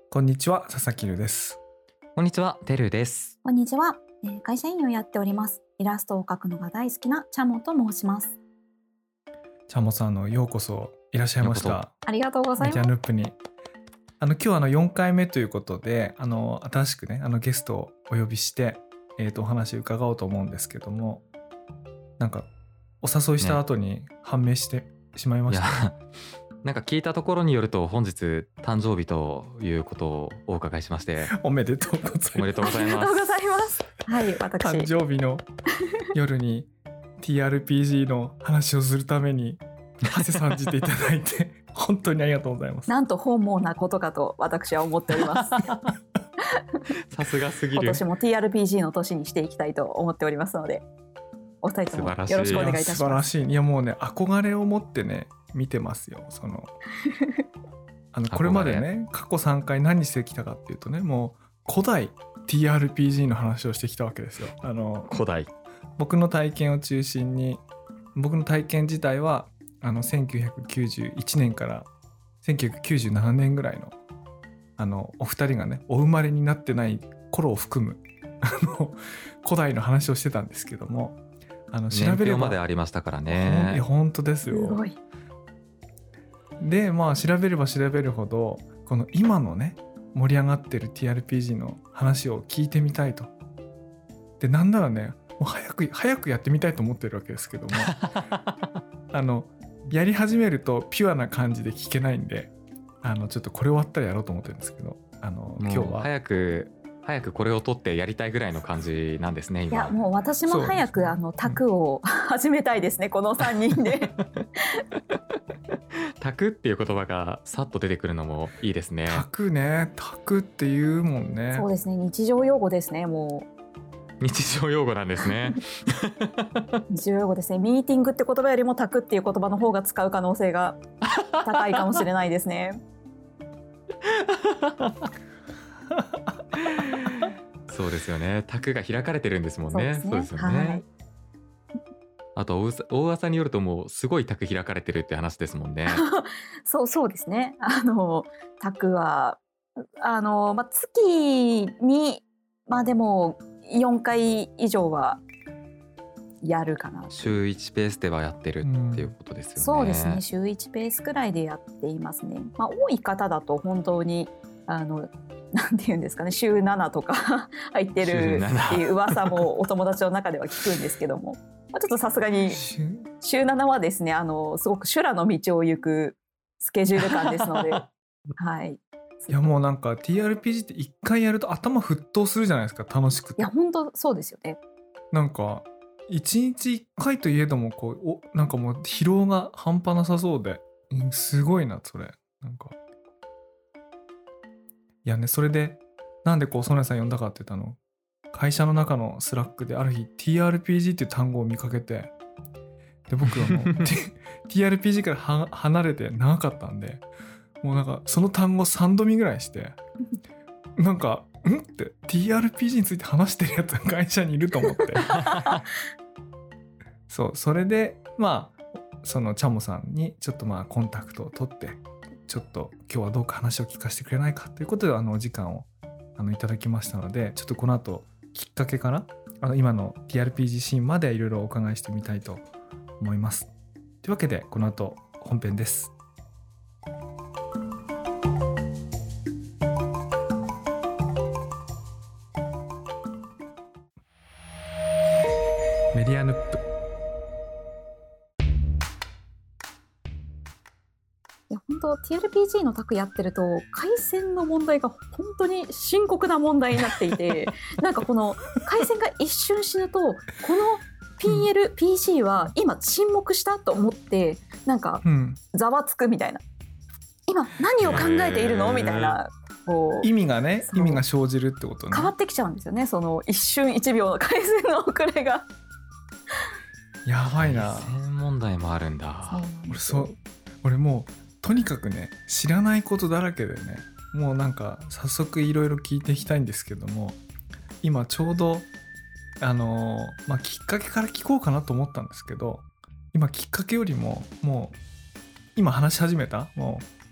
こんにちは、佐々木留です。 こんにちは、てるです。 こんにちは、会社員をやっております。イラストを描くのが大好きなチャモと申します。 チャモさんようこそいらっしゃいました。 ありがとうございます。 メディアヌップに今日4回目ということで新しくねゲストをお呼びして、お話伺おうと思うんですけども、なんかお誘いした後に判明してしまいました、 ね、なんか聞いたところによると本日誕生日ということをお伺いしましておめでとうございます。 おめでとうございます。 はい、私誕生日の夜に TRPG の話をするために馳せ参じていただいて本当にありがとうございます。 なんと本望なことかと私は思っておりますさすがすぎる。 今年も TRPG の年にしていきたいと思っておりますので、お二人ともよろしくお願いいたします。 素晴らしい。いやもうね、憧れを持ってね見てますよ。これまでね過去3回何してきたかっていうとね、もう古代 TRPG の話をしてきたわけですよ。 古代、 僕の体験を中心に、僕の体験自体は1991年から1997年ぐらいのお二人がねお生まれになってない頃を含む古代の話をしてたんですけども、 調べればまでありましたからね。 いや本当ですよ。 すごい。 で調べれば調べるほどこの今のね盛り上がってる TRPG の話を聞いてみたいと。でなんならねもう早くやってみたいと思ってるわけですけどもやり始めるとピュアな感じで聞けないんでちょっとこれ終わったらやろうと思ってるんですけど、今日は早くこれを取ってやりたいぐらいの感じなんですね今。 いやもう私も早くタクを始めたいですね、この3人でタクっていう言葉がさっと出てくるのもいいですね。 タクっていうもんね。 そうですね、日常用語ですね。もう日常用語なんですね日常用語ですね。ミーティングって言葉よりもタクっていう言葉の方が使う可能性が高いかもしれないですねそうですよね。タクが開かれてるんですもんね。そうですよね、はい、あと大噂によるともうすごいタク開かれてるって話ですもんねそうですね。タクは月にでも4回以上はやるかな。 週1ペースではやってるっていうことですよね。 そうですね、週1ペースくらいでやっていますね。多い方だと本当になんていうんですかね、週7とか入ってるっていう噂もお友達の中では聞くんですけどもちょっとさすがに週7はですねすごく修羅の道を行くスケジュール感ですのではい。 いやもうなんか TRPG って1回やると頭沸騰するじゃないですか、楽しくて。 いや本当そうですよね。 なんか1日1回といえどもなんかもう疲労が半端なさそうで、すごいなそれ。なんかいやね、それでなんでソネさん呼んだかって言ったの、会社の中のスラックである日 TRPG っていう単語を見かけて、で僕はもうTRPG から離れて長かったんで、もうなんかその単語3度見ぐらいしてなんかって TRPG について話してるやつが会社にいると思ってそれでそのチャモさんにちょっとコンタクトを取って、ちょっと今日はどうか話を聞かせてくれないかということでお時間をいただきましたので、ちょっとこの後きっかけから今の TRPG シーンまでいろいろお伺いしてみたいと思います。というわけでこの後本編です。メディアヌップ。 いや本当 TRPG のタクやってると回線の問題が本当に深刻な問題になっていてなんかこの回線が一瞬死ぬとこの PC は今沈黙したと思ってなんかざわつくみたいな、今何を考えているのみたいな意味が生じるってことね。 変わってきちゃうんですよね、その一瞬一秒の回線の遅れがやばいな。 回線問題もあるんだ。 俺もうとにかくね知らないことだらけでね、もうなんか早速いろいろ聞いていきたいんですけども、今ちょうどきっかけから聞こうかなと思ったんですけど、今きっかけよりももう今話し始めたもう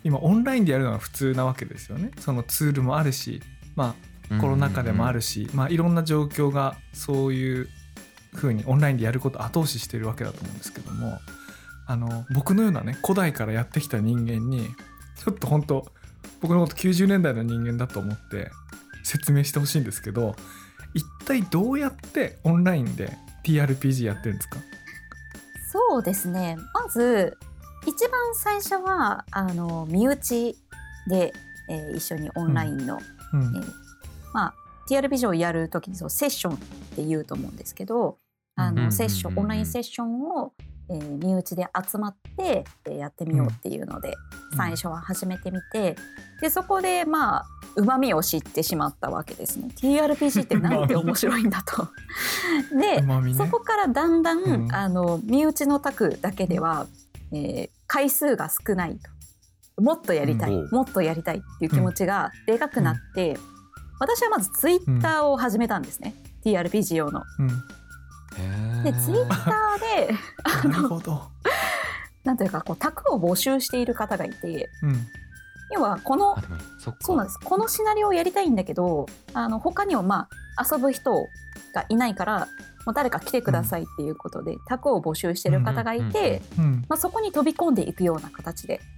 今オンラインでやるのが普通なわけですよね。そのツールもあるし、コロナ禍でもあるし、いろんな状況がそういう風にオンラインでやることを後押ししてるわけだと思うんですけども、僕のようなね古代からやってきた人間にちょっと本当僕のこと90年代の人間だと思って説明してほしいんですけど、一体どうやってオンラインで TRPG やってるんですか？ そうですね、まず一番最初は身内で、一緒にオンラインの、TRPG をやるときにセッションって言うと思うんですけど、セッション、オンラインセッションを、身内で集まって、やってみようっていうので、最初は始めてみて、でそこでうまみを知ってしまったわけですね。 TRPG ってなんて面白いんだとで、そこからだんだん、身内のタクだけでは、回数が少ないと、もっとやりたい、もっとやりたいっていう気持ちがでかくなって、私はまずツイッターを始めたんですね、TRPG 用の。でツイッターでなるほどなんというかタクを募集している方がいて、要はそうなんです、このシナリオをやりたいんだけど他には遊ぶ人がいないからもう誰か来てくださいっていうことで、タクを募集している方がいて、そこに飛び込んでいくような形で、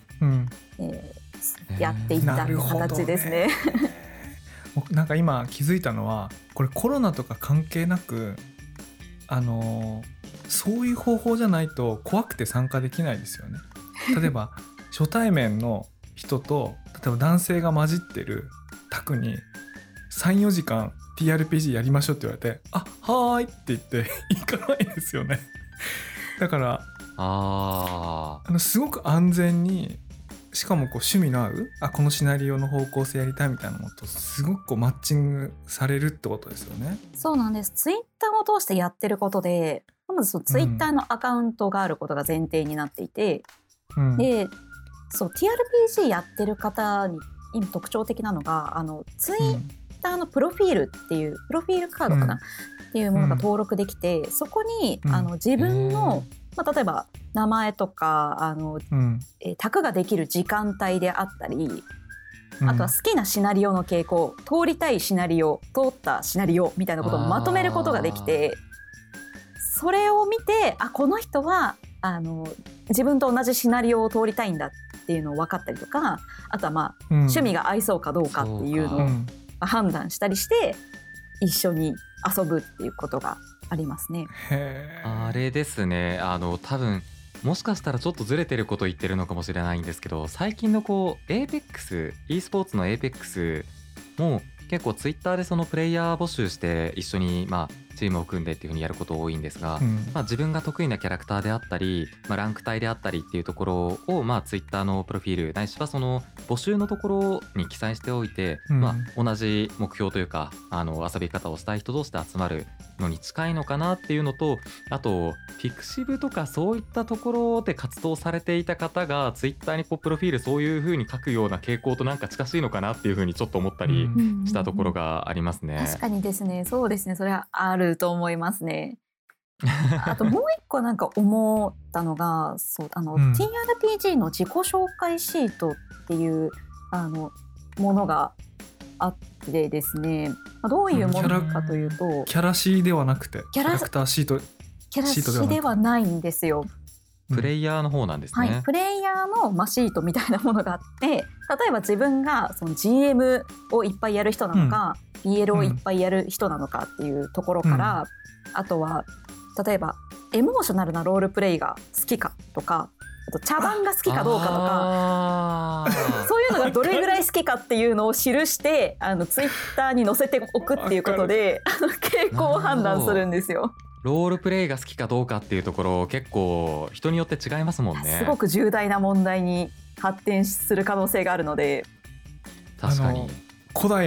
やっていった形ですね。 なんか今気づいたのは、これコロナとか関係なくそういう方法じゃないと怖くて参加できないですよね。例えば初対面の人と例えば男性が混じってるタクに 3,4 時間 TRPG やりましょうって言われて、はーいって言って行かないですよね。だからすごく安全に、しかも趣味の合うこのシナリオの方向性やりたいみたいなのとすごくマッチングされるってことですよね。 そうなんです。ツイッターを通してやってることで、まずツイッターのアカウントがあることが前提になっていて、でTRPG やってる方に今特徴的なのがツイッターのプロフィールっていうプロフィールカードかな、っていうものが登録できて、そこに自分の例えば名前とかタクができる時間帯であったり、あとは好きなシナリオの傾向、通りたいシナリオ、通ったシナリオみたいなことをまとめることができて、それを見てこの人は自分と同じシナリオを通りたいんだっていうのを分かったりとか、あとは趣味が合いそうかどうかっていうのを判断したりして一緒に遊ぶっていうことがありますね。 あれですね、多分もしかしたらちょっとずれてること言ってるのかもしれないんですけど、最近のAPEX、e スポーツの APEX も結構ツイッターでそのプレイヤー募集して一緒にチームを組んでっていう風にやること多いんですが、自分が得意なキャラクターであったり、ランク帯であったりっていうところをツイッターのプロフィールないしはその募集のところに記載しておいて、同じ目標というか遊び方をしたい人同士で集まるのに近いのかなっていうのと、あとピクシブとかそういったところで活動されていた方がツイッターにプロフィールそういう風に書くような傾向となんか近しいのかなっていう風にちょっと思ったりしたところがありますね。 確かにですね、そうですね、それはあると思いますね。あともう一個なんか思ったのがTRPG の自己紹介シートっていうものがあってですね、どういうものかというと、 キャラシーではなくてキャラクターシート、 キャラシーではないんですよ。 プレイヤーの方なんですね。 プレイヤーのシートみたいなものがあって、例えば自分がその GM をいっぱいやる人なのか、BL をいっぱいやる人なのかっていうところから、あとは例えばエモーショナルなロールプレイが好きかとか、あと茶番が好きかどうかとか、そういうのがどれぐらい好きかっていうのを記してツイッターに載せておくっていうことで傾向を判断するんですよ。 ロールプレイが好きかどうかっていうところ結構人によって違いますもんね。 すごく重大な問題に発展する可能性があるので。 確かに古代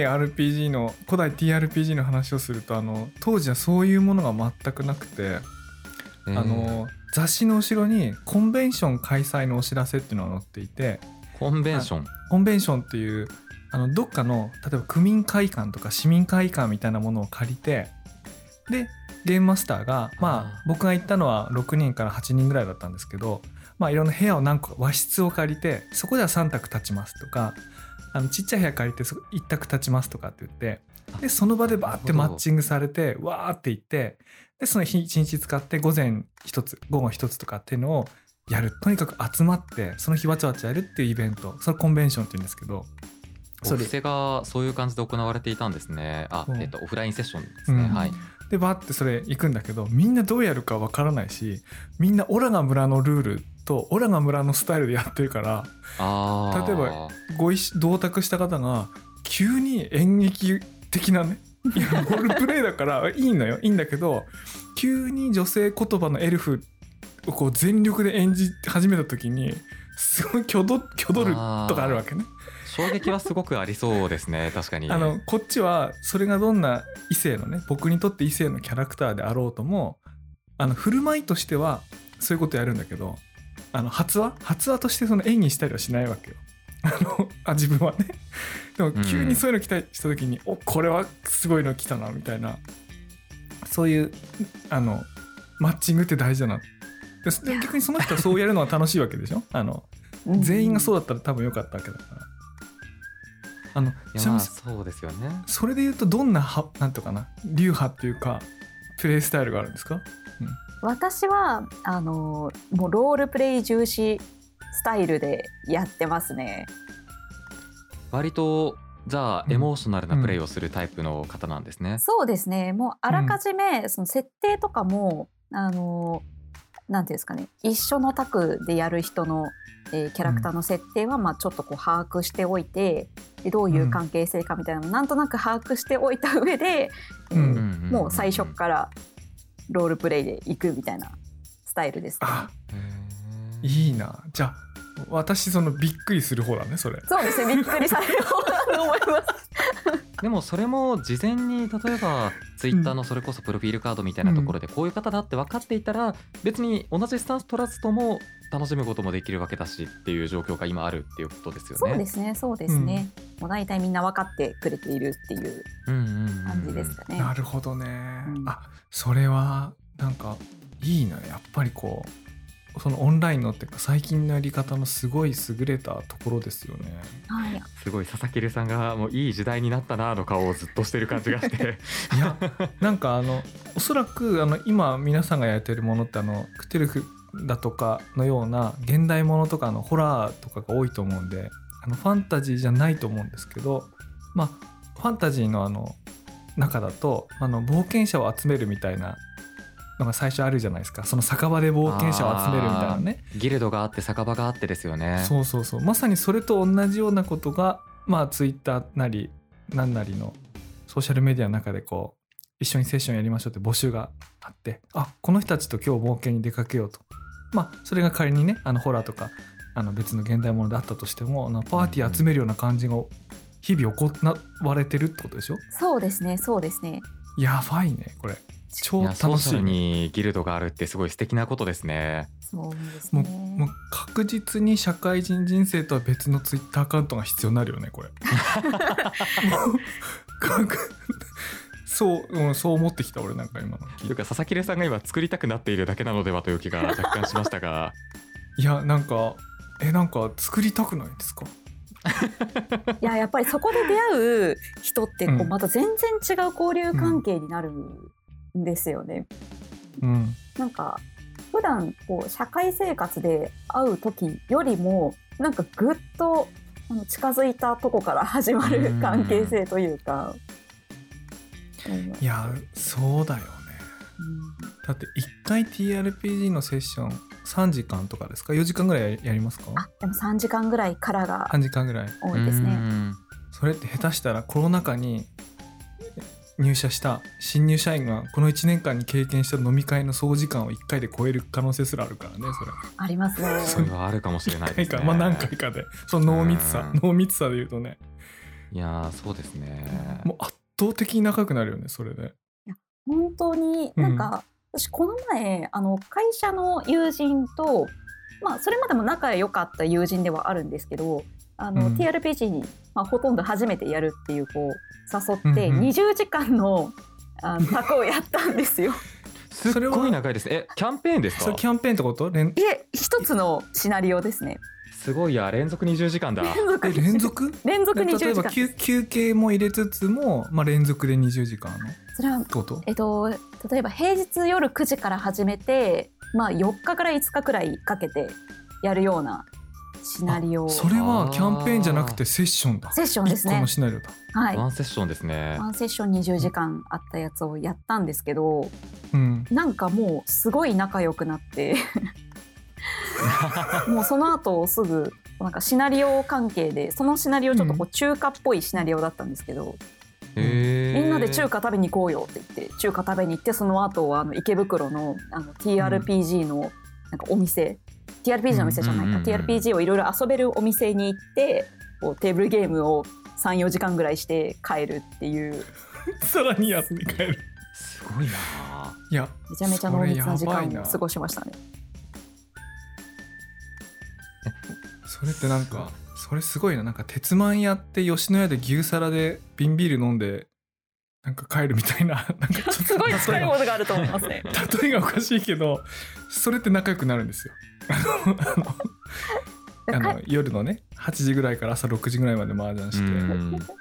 TRPG の話をすると当時はそういうものが全くなくて、雑誌の後ろにコンベンション開催のお知らせっていうのが載っていて、 コンベンションっていうどっかの例えば区民会館とか市民会館みたいなものを借りて、でゲームマスターが僕が行ったのは6人から8人ぐらいだったんですけど、 いろんな部屋を何個か和室を借りて、そこでは3択立ちますとか、ちっちゃい部屋借りて1択立ちますとかって言って、でその場でバーってマッチングされてわーって行って、でその日1日使って午前1つ午後1つとかっていうのをやる。とにかく集まってその日わちゃわちゃやるっていうイベント、それコンベンションって言うんですけど、 お布施がそういう感じで行われていたんですね。オフラインセッションですね、はい。 でバーってそれ行くんだけど、みんなどうやるかわからないし、みんなオラガ村のルールとオラガ村のスタイルでやってるから、例えば同卓した方が急に演劇的なね、いやロールプレイだからいいのよ、いいんだけど、急に女性言葉のエルフをこう全力で演じ始めた時にすごい挙動るとかあるわけね。 衝撃はすごくありそうですね。確かにこっちはそれがどんな異性のね、僕にとって異性のキャラクターであろうとも、振る舞いとしてはそういうことやるんだけど、発話としてその演技したりはしないわけよ。自分はね。でも急にそういうの来た時に、これはすごいの来たなみたいな、そういうマッチングって大事だな。で逆にその人はそうやるのは楽しいわけでしょ。全員がそうだったら多分よかったわけだから。 そうですよね。 それで言うとどんななんとかな流派っていうかプレイスタイルがあるんですか？ 私はもうロールプレイ重視スタイルでやってますね。 割とじゃあエモーショナルなプレイをするタイプの方なんですね。 そうですね。もうあらかじめその設定とかもなんていうんですかね、一緒のタクでやる人のキャラクターの設定はちょっとこう把握しておいて、でどういう関係性かみたいなのをなんとなく把握しておいた上で、もう最初からロールプレイでいくみたいなスタイルですね。 いいな。じゃあ私びっくりする方だね、それ。 そうですね、びっくりされる方だと思いますでもそれも事前に例えばツイッターのそれこそプロフィールカードみたいなところでこういう方だって分かっていたら、別に同じスタンス取らずとも楽しむこともできるわけだしっていう状況が今あるっていうことですよね。 そうですね、そうですね、もう大体みんな分かってくれているっていう感じですかね。 なるほどね、それはなんかいいな。やっぱりこうそのオンラインのっていうか最近のやり方のすごい優れたところですよね。 はい、 すごい佐々木留さんがもういい時代になったなの顔をずっとしてる感じがしていやなんかおそらく今皆さんがやってるものってクテルフだとかのような現代ものとかホラーとかが多いと思うんで、ファンタジーじゃないと思うんですけど、ファンタジーの中だと冒険者を集めるみたいなのが最初あるじゃないですか。その酒場で冒険者を集めるみたいなね。 ギルドがあって酒場があってですよね。 そうまさにそれと同じようなことがツイッターなり何なりのソーシャルメディアの中でこう一緒にセッションやりましょうって募集があって、この人たちと今日冒険に出かけようと。それが仮にねホラーとか別の現代ものであったとしてもパーティー集めるような感じが日々行われてるってことでしょ。 そうですね、そうですね。 やばいねこれ。超楽しい。 ソーシャルにギルドがあるってすごい素敵なことですね。 そうですね。 もう確実に社会人人生とは別のツイッターアカウントが必要になるよねこれそう思ってきた俺なんか今のというか佐々木留さんが今作りたくなっているだけなのではという気が若干しましたがいやなんか作りたくないですかいや、やっぱりそこで出会う人ってまた全然違う交流関係になるんですよね。なんか普段社会生活で会う時よりもなんかぐっと近づいたとこから始まる関係性というか。 いやそうだよね、だって1回 TRPG のセッション3時間とかですか？ 4 時間ぐらいやりますか？ でも3時間ぐらいからが 3時間ぐらい多いですね。 それって下手したらコロナ禍に入社した新入社員がこの1年間に経験した飲み会の総時間を1回で超える可能性すらあるからね。それありますね。 それはあるかもしれないですね。 何回かでその濃密さで言うとね。 いやそうですね。 もう圧倒的に仲良くなるよねそれで。 いや本当になんか、私この前会社の友人と、それまでも仲良かった友人ではあるんですけどTRPG に、ほとんど初めてやるっていう誘って20時間のタクをやったんですよすっごい長いです。キャンペーンですか？ それキャンペーンってこと？ いえ、一つのシナリオですね。 すごいや、連続20時間だ。 連続連続20時間。 例えば休憩も入れつつも、連続で20時間のそれはこと？ 例えば平日夜9時から始めて、4日から5日くらいかけてやるようなシナリオ。 それはキャンペーンじゃなくてセッションだ。 セッションですね。 1個のシナリオだ。 はい。 ワンセッションですね。 ワンセッション20時間あったやつをやったんですけど、なんかもうすごい仲良くなってもうその後すぐなんかシナリオ関係で、そのシナリオちょっと中華っぽいシナリオだったんですけど、みんなで中華食べに行こうよって言って中華食べに行って、その後池袋のTRPG のなんかお店、TRPG のお店じゃないか、TRPG をいろいろ遊べるお店に行ってこうテーブルゲームを 3,4 時間ぐらいして帰るっていうさらにやって帰る。 すごいな。 いや、 めちゃめちゃ濃密な時間を過ごしましたね。 それってなんかそれすごいな。なんか鉄マンやって吉野家で牛皿で瓶ビール飲んでなんか帰るみたいな、なんかちょっとすごい近いものがあると思いますね。 例えがおかしいけど、それって仲良くなるんですよ。夜のね8時ぐらいから朝6時ぐらいまで麻雀して、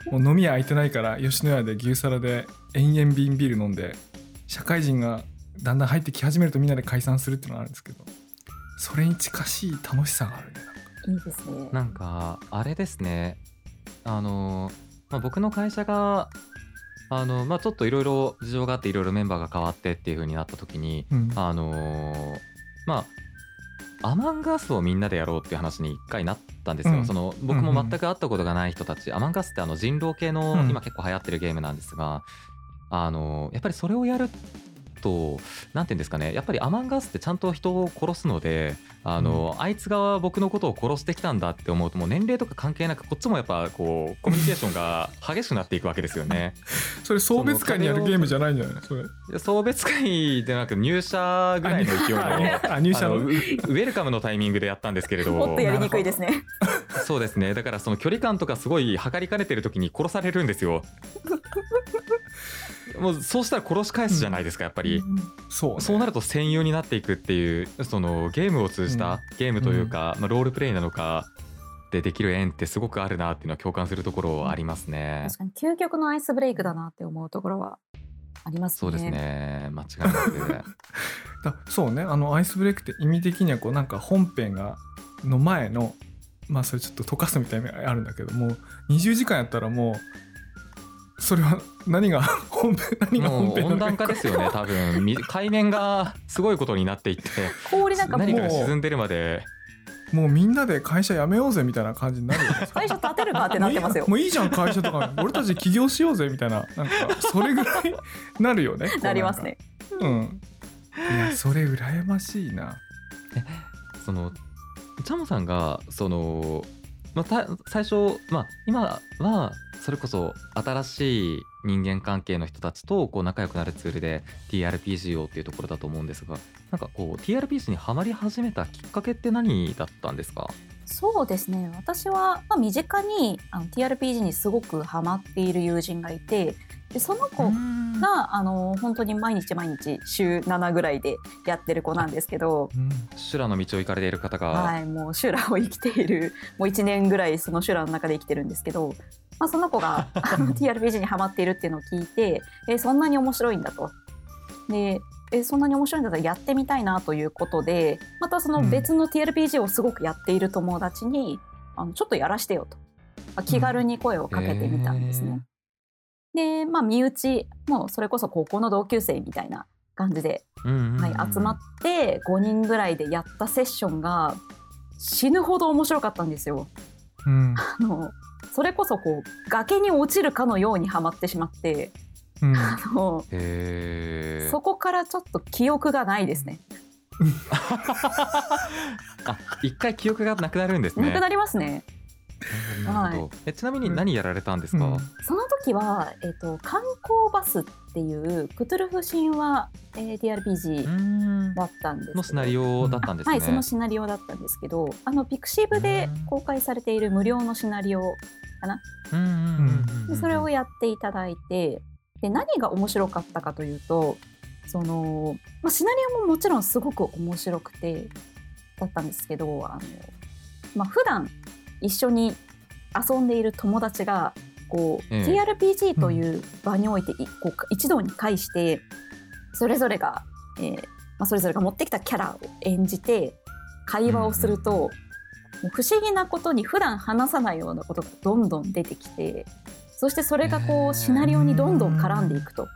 もう飲み屋空いてないから吉野家で牛皿で延々瓶ビール飲んで、社会人がだんだん入ってき始めるとみんなで解散するっていうのがあるんですけど、それに近しい楽しさがあるね。 いいですね。 なんかあれですね、僕の会社がちょっといろいろ事情があっていろいろメンバーが変わってっていう風になった時に、アマンガスをみんなでやろうっていう話に一回なったんですよ。僕も全く会ったことがない人たち、アマンガスって人狼系の今結構流行ってるゲームなんですが、やっぱりそれをやるとなんていうんですかね、やっぱりアマンガスってちゃんと人を殺すので、あいつが僕のことを殺してきたんだって思うと、もう年齢とか関係なくこっちもやっぱこうコミュニケーションが激しくなっていくわけですよね。 それ送別会にやるゲームじゃないんじゃない？それ送別会でなく入社ぐらいの勢いの入社のウェルカムのタイミングでやったんですけれど、 もっとやりにくいですね。 そうですね。だからその距離感とかすごい測りかねてる時に殺されるんですよ。もうそうしたら殺し返すじゃないですか、やっぱり。そうなると戦友になっていくっていう、そのゲームを通じた、ゲームというか、ロールプレイなのかでできる縁ってすごくあるなっていうのは共感するところありますね。 確かに究極のアイスブレイクだなって思うところはありますね。 そうですね、間違いなくそうね、アイスブレイクって意味的にはこうなんか本編の前のそれちょっと溶かすみたいなのあるんだけども、20時間やったらもうそれは何が本編なのか。 温暖化ですよね、多分海面がすごいことになっていって、 氷なんかもう何かが沈んでるまでもうみんなで会社辞めようぜみたいな感じになるよね。 会社建てるかってなってますよ。 もういいじゃん会社とか、俺たち起業しようぜみたいな、なんかそれぐらいなるよね。 なりますね。 いやそれ羨ましいな。 そのチャモさんが最初、今はそれこそ新しい人間関係の人たちとこう仲良くなるツールで TRPG をっていうところだと思うんですが、なんかこう TRPG にハマり始めたきっかけって何だったんですか？ そうですね、私は身近にTRPG にすごくハマっている友人がいて、でその子が本当に毎日週7ぐらいでやってる子なんですけど、 修羅の道を行かれている方が、 はい、もう修羅を生きている、もう1年ぐらいその修羅の中で生きてるんですけど、その子がTRPG にハマっているっていうのを聞いて、そんなに面白いんだと。でそんなに面白いんだったらやってみたいなということで、またその別の TRPG をすごくやっている友達に、ちょっとやらしてよと、気軽に声をかけてみたんですね。で身内もうそれこそ高校の同級生みたいな感じで、集まって5人ぐらいでやったセッションが死ぬほど面白かったんですよ。それこそこう崖に落ちるかのようにはまってしまって、そこからちょっと記憶がないですね。 一回記憶がなくなるんですね。 なくなりますね。 ちなみに何やられたんですか？ その時は、観光バスっていうクトゥルフ神話、TRPG だったんですけど、 のシナリオだったんですね。 はい、そのシナリオだったんですけど、ピクシブで公開されている無料のシナリオかな。でそれをやっていただいて、で何が面白かったかというと、 シナリオももちろんすごく面白くてだったんですけど、普段一緒に遊んでいる友達がTRPG という場において一堂に会してそれぞれが持ってきたキャラを演じて会話をすると、もう不思議なことに普段話さないようなことがどんどん出てきて、そしてそれがシナリオにどんどん絡んでいくと。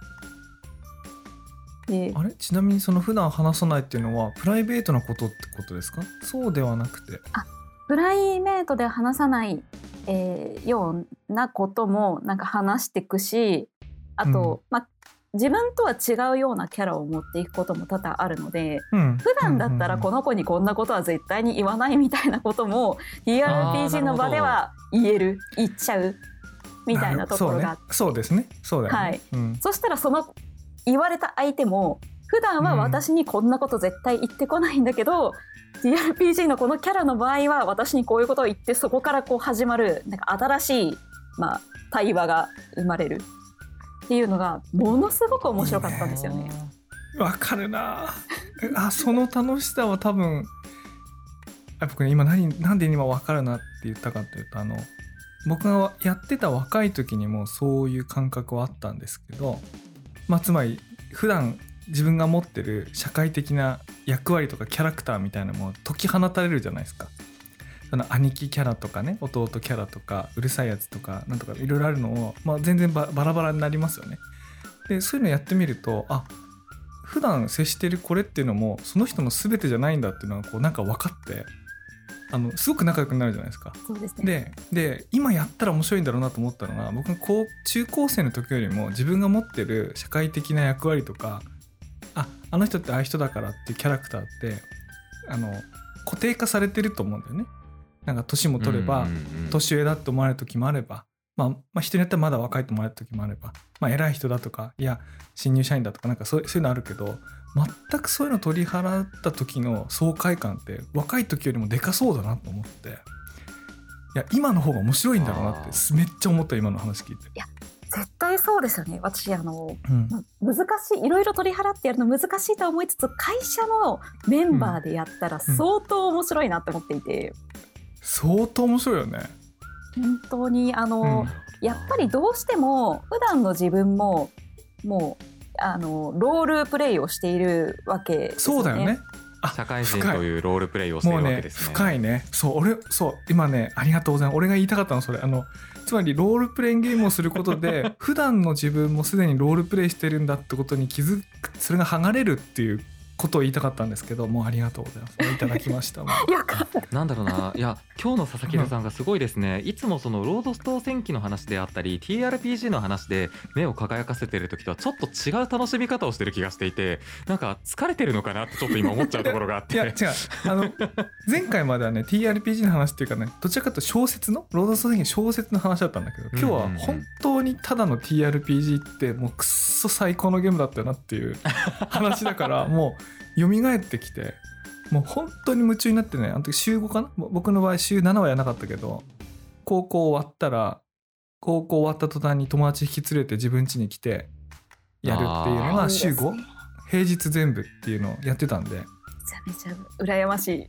あれ、ちなみにその普段話さないっていうのはプライベートなことってことですか？そうではなくて、 プライベートで話さない、ようなこともなんか話していくし、あと、自分とは違うようなキャラを持っていくことも多々あるので、普段だったらこの子にこんなことは絶対に言わないみたいなことも TRPG の場では言っちゃうみたいなところがあって、 そうですね、そうだよね、はい、 そしたらその言われた相手も普段は私にこんなこと絶対言ってこないんだけど、TRPG のこのキャラの場合は私にこういうことを言って、そこから始まるなんか新しい、対話が生まれるっていうのがものすごく面白かったんですよね。 わかるなその楽しさは多分僕ね、今なんで今わかるなって言ったかというと、僕がやってた若い時にもそういう感覚はあったんですけど、つまり普段自分が持ってる社会的な役割とかキャラクターみたいなものを解き放たれるじゃないですか。その兄貴キャラとかね、弟キャラとかうるさいやつとかなんとかいろいろあるのを、全然バラバラになりますよね。でそういうのやってみると、普段接してるこれっていうのもその人の全てじゃないんだっていうのがなんか分かって、すごく仲良くなるじゃないですか。 そうですね。 で今やったら面白いんだろうなと思ったのが、僕が中高生の時よりも自分が持ってる社会的な役割とか、あの人ってああいう人だからっていうキャラクターって固定化されてると思うんだよね。なんか年も取れば年上だと思われる時もあれば、人によってはまだ若いと思われる時もあれば、偉い人だとか、いや新入社員だとか、なんかそういうのあるけど、全くそういうの取り払った時の爽快感って若い時よりもでかそうだなと思って、いや今の方が面白いんだろうなってめっちゃ思った。今の話聞いて。 いや絶対そうですよね。私難しい、いろいろ取り払ってやるの難しいとは思いつつ、会社のメンバーでやったら相当面白いなって思っていて、 相当面白いよね。 本当にやっぱりどうしても普段の自分ももうロールプレイをしているわけですよね。 そうだよね。 社会人というロールプレイをしているわけですね。 もうね、深いね。そう今ね、ありがとうございます。俺が言いたかったのそれ。つまりロールプレインゲームをすることで普段の自分もすでにロールプレイしてるんだってことに気づく、それが剥がれるっていうことを言いたかったんですけど、もうありがとうございます。いただきました。 よかった。 なんだろうな、いや今日の佐々木さんがすごいですね。いつもそのロードストー戦記の話であったり TRPG の話で目を輝かせてる時とはちょっと違う楽しみ方をしてる気がしていて、なんか疲れてるのかなってちょっと今思っちゃうところがあって。 いや違う、前回まではね TRPG の話っていうかね、どちらかというと小説のロードストー戦記小説の話だったんだけど、今日は本当にただの TRPG ってもうくっそ最高のゲームだったよなっていう話だからもう蘇ってきて、もう本当に夢中になってね。あの時週5かな、僕の場合週7はやらなかったけど、高校終わった途端に友達引き連れて自分家に来てやるっていうのが週 5、平日全部っていうのをやってたんで、めちゃめちゃ羨ましい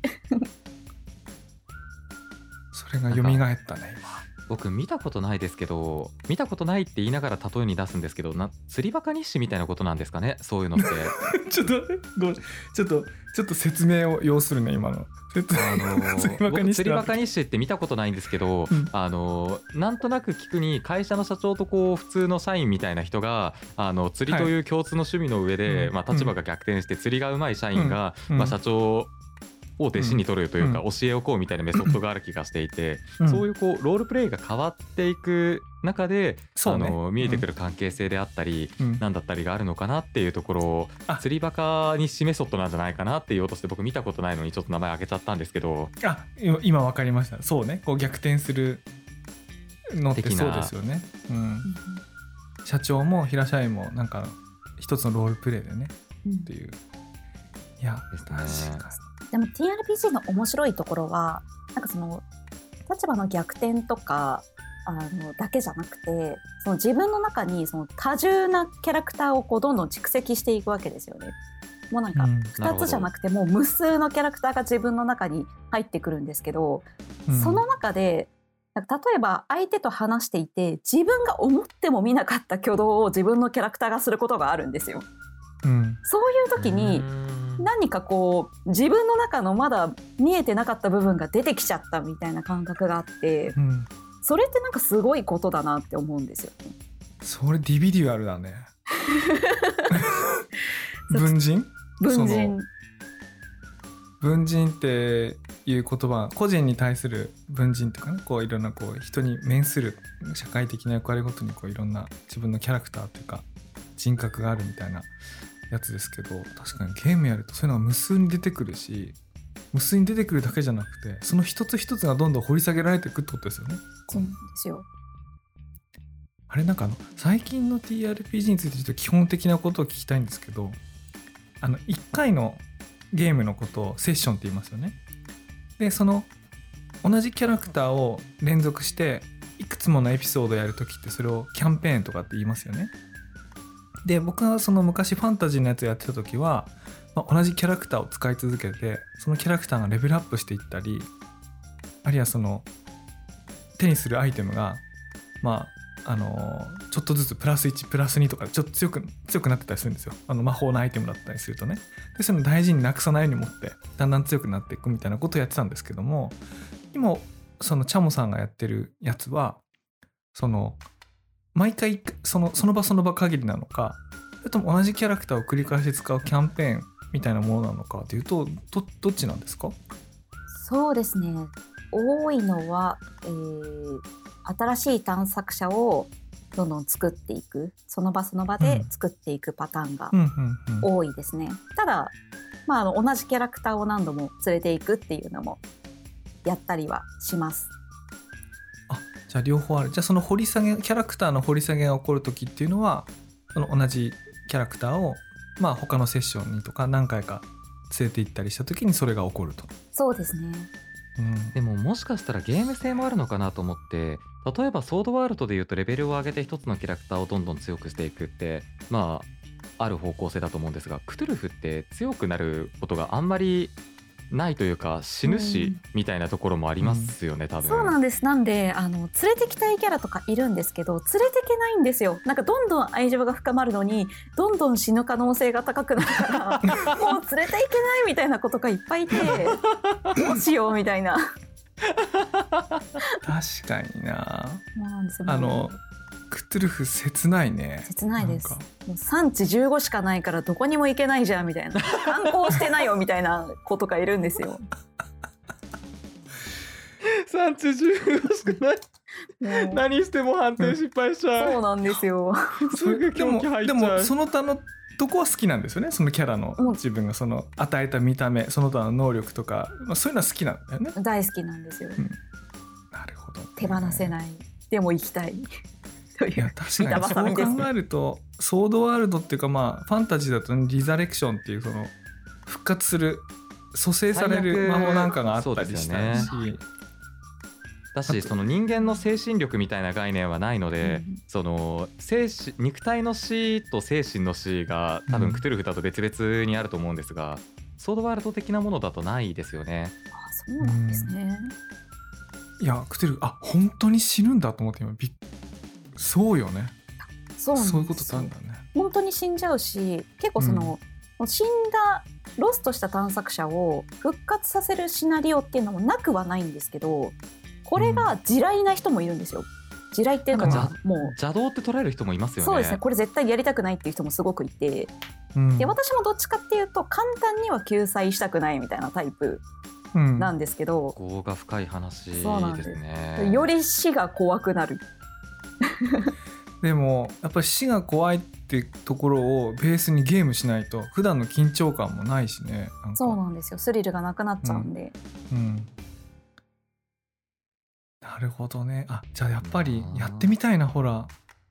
それが蘇ったね今。 僕見たことないですけど、見たことないって言いながら例えに出すんですけど、釣りバカ日誌みたいなことなんですかね、そういうのって。 ちょっと説明を要するね今の。 僕釣りバカ日誌って見たことないんですけど、なんとなく聞くに会社の社長と普通の社員みたいな人が釣りという共通の趣味の上で、立場が逆転して釣りが上手い社員が、社長を弟子に取るというか、教えをこうみたいなメソッドがある気がしていて、そういうロールプレイが変わっていく中で、見えてくる関係性であったり、なんだったりがあるのかなっていうところを、釣りバカ日誌メソッドなんじゃないかなって言おうとして、僕見たことないのにちょっと名前挙げちゃったんですけど。 今分かりました。そうね、逆転するのってそうですよね。社長も平社員もなんか一つのロールプレイでね、っていう。いや確かに。 でも TRPG の面白いところは、なんかその立場の逆転とかだけじゃなくて、その自分の中にその多重なキャラクターをこうどんどん蓄積していくわけですよね。もうなんか2つじゃなくてもう無数のキャラクターが自分の中に入ってくるんですけど、その中で例えば相手と話していて自分が思っても見なかった挙動を自分のキャラクターがすることがあるんですよ。そういう時に何かこう自分の中のまだ見えてなかった部分が出てきちゃったみたいな感覚があって、それってなんかすごいことだなって思うんですよね。 それディビデュアルだね。文人っていう言葉、個人に対する文人とかね、こういろんなこう人に面する社会的な役割ごとにこういろんな自分のキャラクターというか人格があるみたいなやつですけど、確かにゲームやるとそういうのが無数に出てくるし、無数に出てくるだけじゃなくてその一つ一つがどんどん掘り下げられていくってことですよね。 そうなんですよ。 あれなんか最近の TRPG についてちょっと基本的なことを聞きたいんですけど、1回のゲームのことをセッションって言いますよね。でその同じキャラクターを連続していくつものエピソードをやるときってそれをキャンペーンとかって言いますよね。で僕がその昔ファンタジーのやつをやってた時は、同じキャラクターを使い続けてそのキャラクターがレベルアップしていったり、あるいはその手にするアイテムがちょっとずつプラス1プラス2とかちょっと強くなってたりするんですよ。魔法のアイテムだったりするとね。でその大事になくさないように持ってだんだん強くなっていくみたいなことをやってたんですけども、今そのチャモさんがやってるやつはその毎回その場その場限りなのか、それとも同じキャラクターを繰り返し使うキャンペーンみたいなものなのかというと どっちなんですか？ そうですね、多いのは、新しい探索者をどんどん作っていく、その場その場で作っていくパターンが多いですね。ただ、同じキャラクターを何度も連れていくっていうのもやったりはします。 じゃあ両方ある。じゃあその掘り下げ、キャラクターの掘り下げが起こるときっていうのはその同じキャラクターを他のセッションにとか何回か連れて行ったりしたときにそれが起こると。 そうですね。 でももしかしたらゲーム性もあるのかなと思って、例えばソードワールドでいうとレベルを上げて一つのキャラクターをどんどん強くしていくってある方向性だと思うんですが、クトゥルフって強くなることがあんまりないというか死ぬしみたいなところもありますよね、多分。 そうなんです。なんで連れてきたいキャラとかいるんですけど連れてけないんですよ。なんかどんどん愛情が深まるのにどんどん死ぬ可能性が高くなるからもう連れていけないみたいな子とかいっぱいいてどうしようみたいな。 確かにな。 そうなんですよ。 クトゥルフ切ないね。 切ないです。もう産地15しかないからどこにも行けないじゃんみたいな、観光してないよみたいな子とかいるんですよ。 産地15しかない。何しても判定失敗しちゃう。 そうなんですよ。 でもその他のとこは好きなんですよね。そのキャラの自分がその与えた見た目、その他の能力とか、そういうのは好きなんだよね。 大好きなんですよ。 なるほど、ね。 手放せない。でも行きたい。 いや確かにそう考えるとソードワールドっていうかファンタジーだと、リザレクションっていうその復活する蘇生される魔法なんかがあったりしたし、 だしその人間の精神力みたいな概念はないので、その肉体の死と精神の死が多分クトゥルフだと別々にあると思うんですが、ソードワールド的なものだとないですよね。 そうなんですね。 いやクトゥルフ本当に死ぬんだと思って今そうよね。そういうことってあるんだね。 本当に死んじゃうし、結構その、死んだロストした探索者を復活させるシナリオっていうのもなくはないんですけど、これが地雷な人もいるんですよ。地雷っていうのはもう邪道って捉える人もいますよね。 そうですね。これ絶対やりたくないっていう人もすごくいて、で私もどっちかっていうと簡単には救済したくないみたいなタイプなんですけど、 業が深い話ですね。 より死が怖くなる。 でもやっぱり死が怖いってところをベースにゲームしないと普段の緊張感もないしね。 そうなんですよ。スリルがなくなっちゃうんで。 なるほどね。じゃあやっぱりやってみたいな。ほら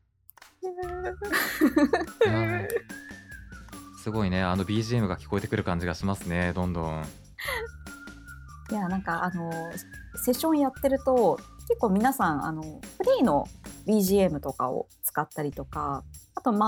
すごいね。BGM が聞こえてくる感じがしますね。どんどん。 いやなんかセッションやってると結構皆さんフリーの BGM とかを使ったりとか、あと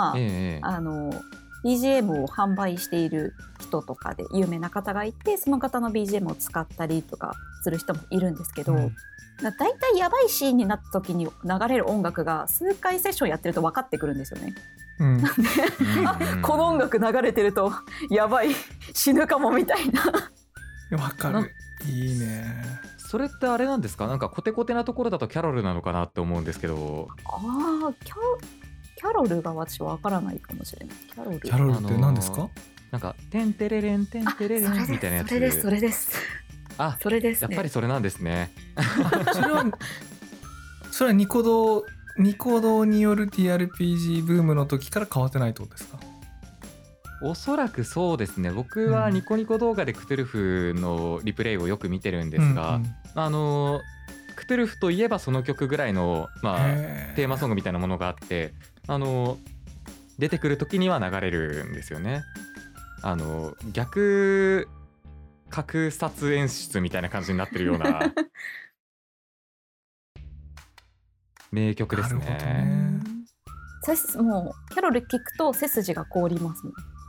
BGM を販売している人とかで有名な方がいて、その方の BGM を使ったりとかする人もいるんですけど、だいたいやばいシーンになった時に流れる音楽が数回セッションやってると分かってくるんですよね。なんでこの音楽流れてるとやばい死ぬかもみたいな。 分かる。いいね。 それってあれなんですか？なんかコテコテなところだとキャロルなのかなって思うんですけど。 キャロルが私わからないかもしれない。キャロルって何ですか？ なんかテンテレレンテンテレレンみたいなやつ。 それです。 あ、それですね。やっぱりそれなんですね。 それはニコ動による TRPG ブームの時から変わってないってことですか？ おそらくそうですね。僕はニコニコ動画でクトゥルフのリプレイをよく見てるんですが、クトゥルフといえばその曲ぐらいの、テーマソングみたいなものがあって、出てくる時には流れるんですよね。逆格殺演出みたいな感じになってるような名曲ですね。 もうキャロル聞くと背筋が凍りますね。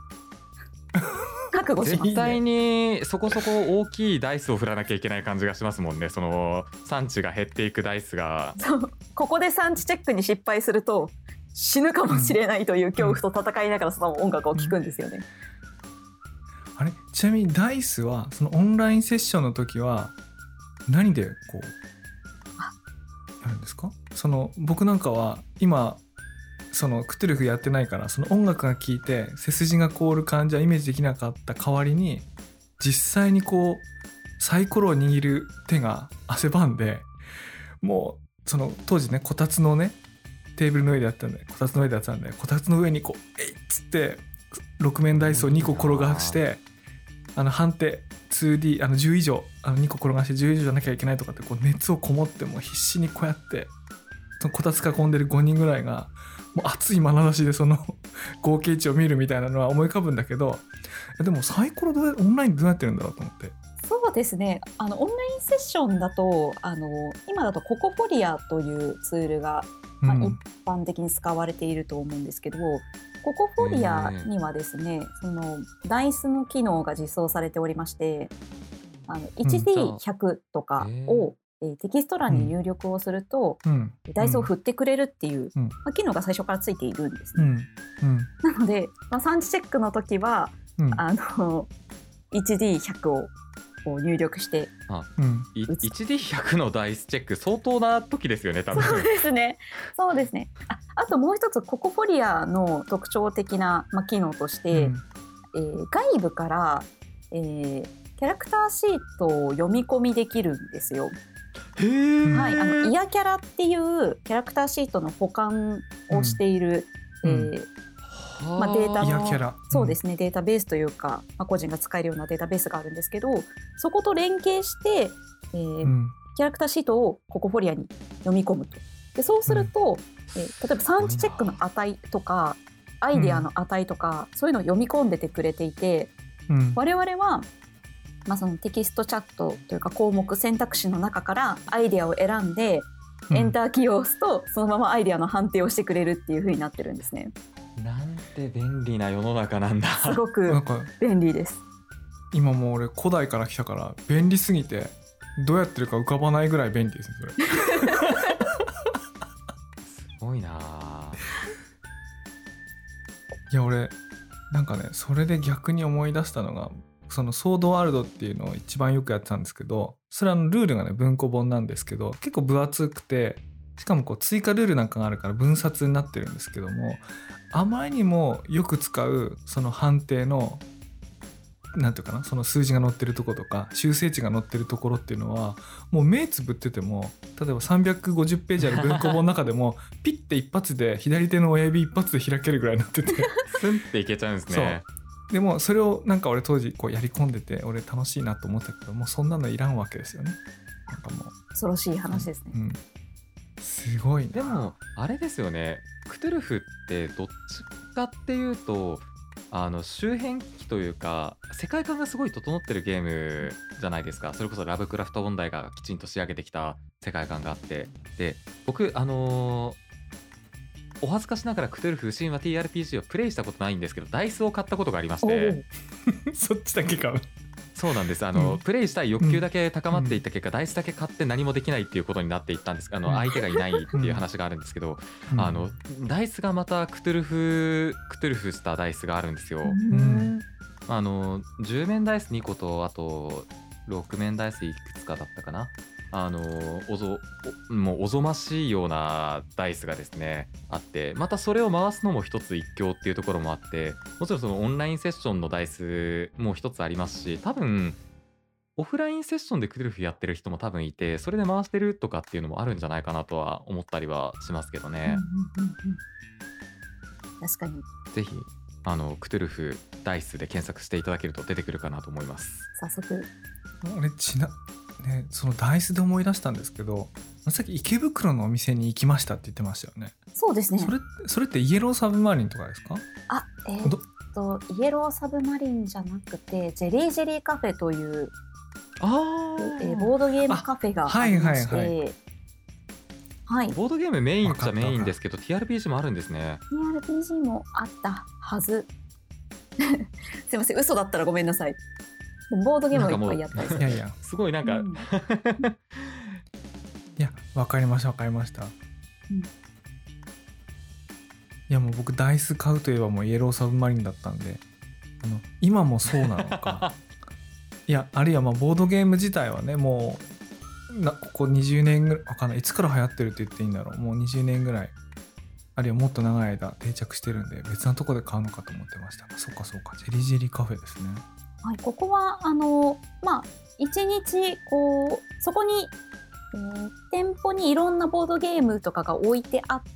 覚悟しますね。 絶対にそこそこ大きいダイスを振らなきゃいけない感じがしますもんね。その産地が減っていくダイスが。 そう、ここで産地チェックに失敗すると死ぬかもしれないという恐怖と戦いながらその音楽を聴くんですよね。 あれ、ちなみにダイスはそのオンラインセッションの時は何でこうやるんですか？僕なんかは今そのクトゥルフやってないから、その音楽が聴いて背筋が凍る感じはイメージできなかった代わりに、実際にこうサイコロを握る手が汗ばんで、もうその当時ね、こたつのねテーブルの上でやったんで、こたつの上でやってたんで、こたつの上にこうえいっつって6面ダイスを2個転がして、判定 2D 10以上2個転がして10以上じゃなきゃいけないとかって、こう熱をこもっても必死にこうやってそのこたつ囲んでる5人ぐらいがもう熱い眼差しでその合計値を見るみたいなのは思い浮かぶんだけど、でもサイコロオンラインでどうやってるんだろうと思って。 そうですね、オンラインセッションだと今だとココフォリアというツールが、一般的に使われていると思うんですけど、ココフォリアにはですね、そのダイスの機能が実装されておりまして、1D100 とかを、テキスト欄に入力をすると、ダイスを振ってくれるっていう、機能が最初からついているんですね。なので、産地チェックの時は、1D100 を入力して、 1D100 のダイスチェック相当な時ですよね、多分。 そうですね。あともう一つココフォリアの特徴的な、機能として、外部から、キャラクターシートを読み込みできるんですよ。イヤキャラっていうキャラクターシートの保管をしている、データのそうですね、データベースというか、個人が使えるようなデータベースがあるんですけど、そこと連携して、キャラクターシートをココフォリアに読み込むと。でそうすると、例えば産地チェックの値とかアイデアの値とか、そういうのを読み込んでてくれていて、我々はそのテキストチャットというか項目選択肢の中からアイデアを選んで、エンターキーを押すとそのままアイデアの判定をしてくれるっていう風になってるんですね。 なんて便利な世の中なんだ。 すごく便利です。 今もう俺古代から来たから便利すぎてどうやってるか浮かばないぐらい便利ですね、それ。 すごいな。 いや俺なんかね、それで逆に思い出したのが、そのソードワールドっていうのを一番よくやってたんですけど、それはルールがね文庫本なんですけど、結構分厚くて、しかもこう追加ルールなんかがあるから分冊になってるんですけども、あまりにもよく使うその判定のなんていうかな、その数字が載ってるところとか修正値が載ってるところっていうのは、もう目つぶってても、例えば350ページある文庫本の中でもピッて一発で左手の親指一発で開けるぐらいになっててスンっていけちゃうんですね。 でもそれをなんか俺当時こうやり込んでて、俺楽しいなと思ったけど、もうそんなのいらんわけですよね。なんかもう恐ろしい話ですね。 すごいな。 でもあれですよね、クトゥルフってどっちかっていうと周辺機というか世界観がすごい整ってるゲームじゃないですか。それこそラブクラフト問題がきちんと仕上げてきた世界観があって、で僕お恥ずかしながらクトゥルフ神話 TRPG をプレイしたことないんですけど、ダイスを買ったことがありまして。 そっちだけ買う。 そうなんです。プレイしたい欲求だけ高まっていった結果、ダイスだけ買って何もできないっていうことになっていったんです。相手がいないっていう話があるんですけど、ダイスがまたクトゥルフしたダイスがあるんですよ。10面ダイス2個と、あと6面ダイスいくつかだったかな。もうおぞましいようなダイスがですねあって、またそれを回すのも一つ一興っていうところもあって、もちろんそのオンラインセッションのダイスも一つありますし、多分オフラインセッションでクトゥルフやってる人も多分いて、それで回してるとかっていうのもあるんじゃないかなとは思ったりはしますけどね。 確かに。 ぜひクトゥルフダイスで検索していただけると出てくるかなと思います。 早速。 俺ね、そのダイスで思い出したんですけど、さっき池袋のお店に行きましたって言ってましたよね。 そうですね。 それってイエローサブマリンとかですか？ イエローサブマリンじゃなくてジェリーカフェというボードゲームカフェがありまして、 ボードゲームメインっちゃメインですけど TRPG もあるんですね。 TRPG もあったはずすいません、嘘だったらごめんなさい。ボードゲームをいっぱいやったりする。 いやすごいなんか、いやわかりました。いやもう僕ダイス買うといえばもうイエローサブマリンだったんで、今もそうなのかいやあるいはまあボードゲーム自体はね、もうここ20年ぐらいわかんない、いつから流行ってるって言っていいんだろう、もう20年ぐらいあるいはもっと長い間定着してるんで、別なとこで買うのかと思ってました。そうかジェリーカフェですね。 ここは一日そこに、店舗にいろんなボードゲームとかが置いてあって、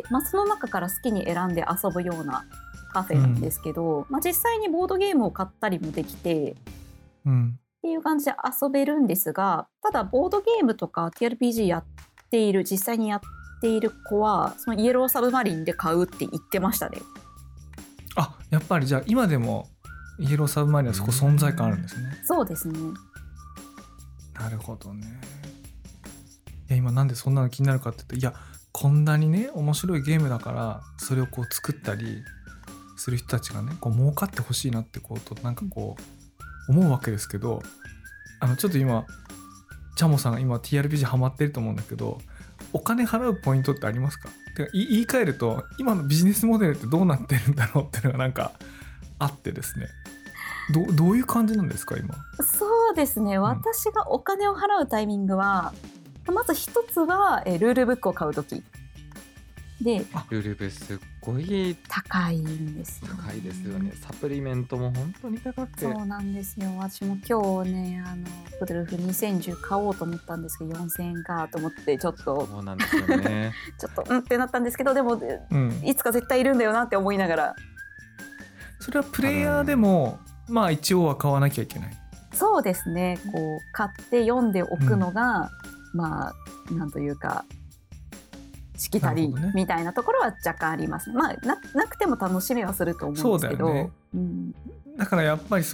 その中から好きに選んで遊ぶようなカフェなんですけど、実際にボードゲームを買ったりもできて、っていう感じで遊べるんですが、ただボードゲームとか TRPG 実際にやっている子はそのイエローサブマリンで買うって言ってましたね。 やっぱりじゃあ今でもイエローサブマリンはそこ存在感あるんですね。 そうですね。 なるほどね。いや今なんでそんなの気になるかって言うと、いやこんなにね面白いゲームだからそれを作ったりする人たちがね儲かってほしいなってなんか思うわけですけど、ちょっと今チャモさんが今 TRPG ハマってると思うんだけど、お金払うポイントってありますか？てか言い換えると今のビジネスモデルってどうなってるんだろうっていうのがなんかあってですね、どういう感じなんですか今？ そうですね、私がお金を払うタイミングは、まず一つはルールブックを買うときで、 ルールブすっごい高いんですよ、 高いですよね。サプリメントも本当に高くて。 そうなんですよ。私も今日ねクトゥルフ2010買おうと思ったんですけど、4000円かと思ってちょっとそうなんですよねちょっとってなったんですけど、でも、いつか絶対いるんだよなって思いながら。 それはプレイヤーでも一応は買わなきゃいけない。 そうですね、買って読んでおくのが、なんというかしきたりみたいなところは若干ありますね。なくても楽しみはすると思うんですけど。そうだよね。 だからやっぱり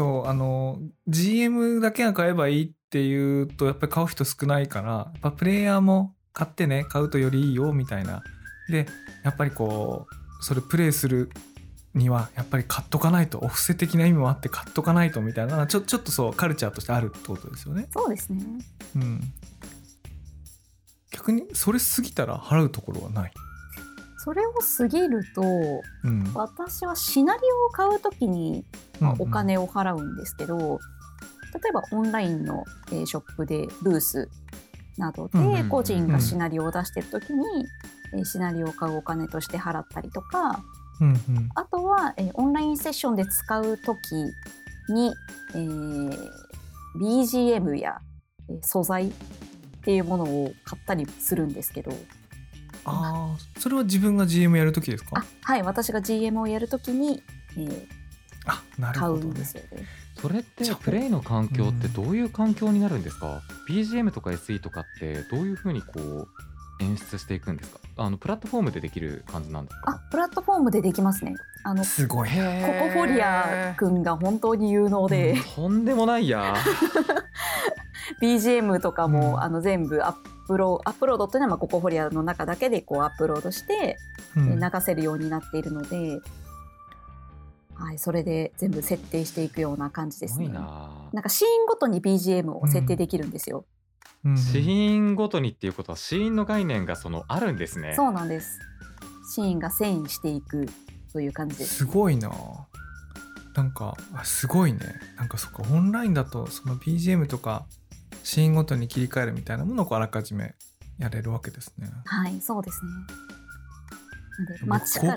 GM だけが買えばいいっていうとやっぱり買う人少ないから、やっぱプレイヤーも買ってね、買うとよりいいよみたいな。でやっぱりそれプレイするにはやっぱり買っとかないと、お布施的な意味もあって買っとかないとみたいな、ちょっとカルチャーとしてあるってことですよね。 そうですね。 逆にそれ過ぎたら払うところはない？ それを過ぎると、私はシナリオを買うときに、お金を払うんですけど、例えばオンラインの、ショップでブースなどで個人がシナリオを出しているときに、シナリオを買うお金として払ったりとか、あとは、オンラインセッションで使うときに、BGM や、素材っていうものを買ったりするんですけど。 それは自分が GM やるときですか？ はい、私が GM をやるときに、買うんですよね。 それってプレイの環境ってどういう環境になるんですか？ BGM とか SE とかってどういうふうに演出していくんですか？プラットフォームでできる感じなんですか？ プラットフォームでできますね。 すごい。 ココフォリア君が本当に有能で、 とんでもないや BGM とかも、全部プロードというのはココフォリアの中だけでこうアップロードして、流せるようになっているので、はい、それで全部設定していくような感じですね。なんかシーンごとに BGM を設定できるんですよ。 シーンごとにっていうことはシーンの概念があるんですね。 そうなんです。シーンが遷移していくという感じです。 すごいな。なんかすごいね。なんかそっか、オンラインだとその BGM とかシーンごとに切り替えるみたいなものをあらかじめやれるわけですね。 はい、そうですね。で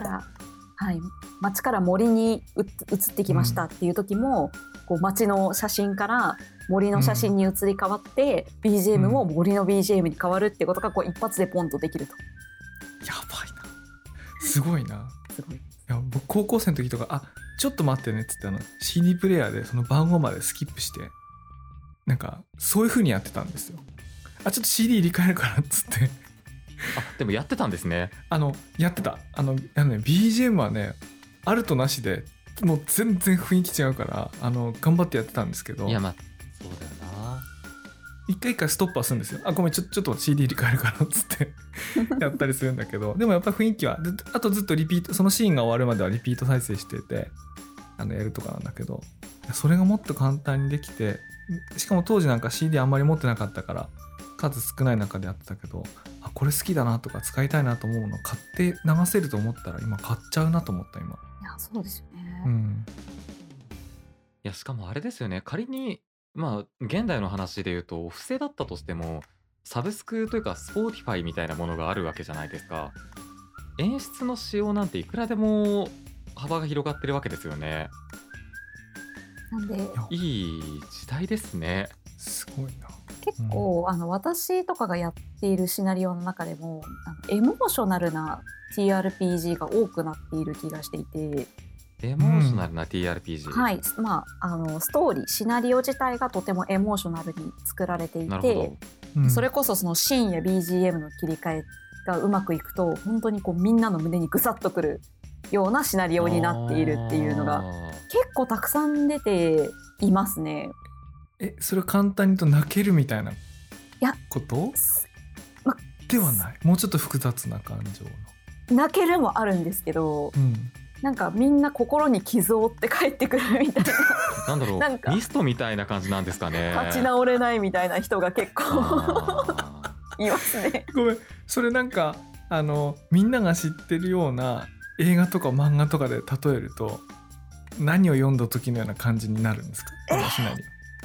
街から森に移ってきましたっていう時も、こう街の写真から森の写真に移り変わって、BGM も森の BGM に変わるっていうことがこう一発でポンとできると。 やばいな。すごいな。 すごい。 いや僕高校生の時とかちょっと待ってねっつってCD プレイヤーでその番号までスキップして、なんかそういう風にやってたんですよ。ちょっと CD 入れ替えるからっつってでもやってたんですね。 やってた。BGM はねあるとなしでもう全然雰囲気違うから頑張ってやってたんですけど、 いやそうだよな。 一回ストップはするんですよ。ごめんちょっと CD 入れ替えるからっつってやったりするんだけど、でもやっぱ雰囲気はあとずっとリピート、そのシーンが終わるまではリピート再生しててやるとかなんだけど、それがもっと簡単にできて、しかも当時なんか CD あんまり持ってなかったから数少ない中でやってたけど、これ好きだなとか使いたいなと思うのを買って流せると思ったら今買っちゃうなと思った今。 いやそうですよね。 いやしかもあれですよね、仮に現代の話で言うと不正だったとしてもサブスクというか Spotify みたいなものがあるわけじゃないですか。演出の仕様なんていくらでも幅が広がってるわけですよね。 なんでいい時代ですね。 すごいな。 結構、私とかがやっているシナリオの中でもエモーショナルな TRPG が多くなっている気がしていて。 エモーショナルな TRPG、 はい、ストーリーシナリオ自体がとてもエモーショナルに作られていて、それこそそのシーンや BGM の切り替えがうまくいくと本当にこうみんなの胸にぐさっとくるようなシナリオになっているっていうのが結構たくさん出ていますね。 それを簡単に言うと泣けるみたいなことではない。もうちょっと複雑な感情の泣けるもあるんですけど、なんかみんな心に傷を負って帰ってくるみたいななんだろう、ミストみたいな感じなんですかね。 立ち直れないみたいな人が結構いますね。 ごめん、それなんかみんなが知ってるような映画とか漫画とかで例えると何を読んだ時のような感じになるんですか？シナリオ。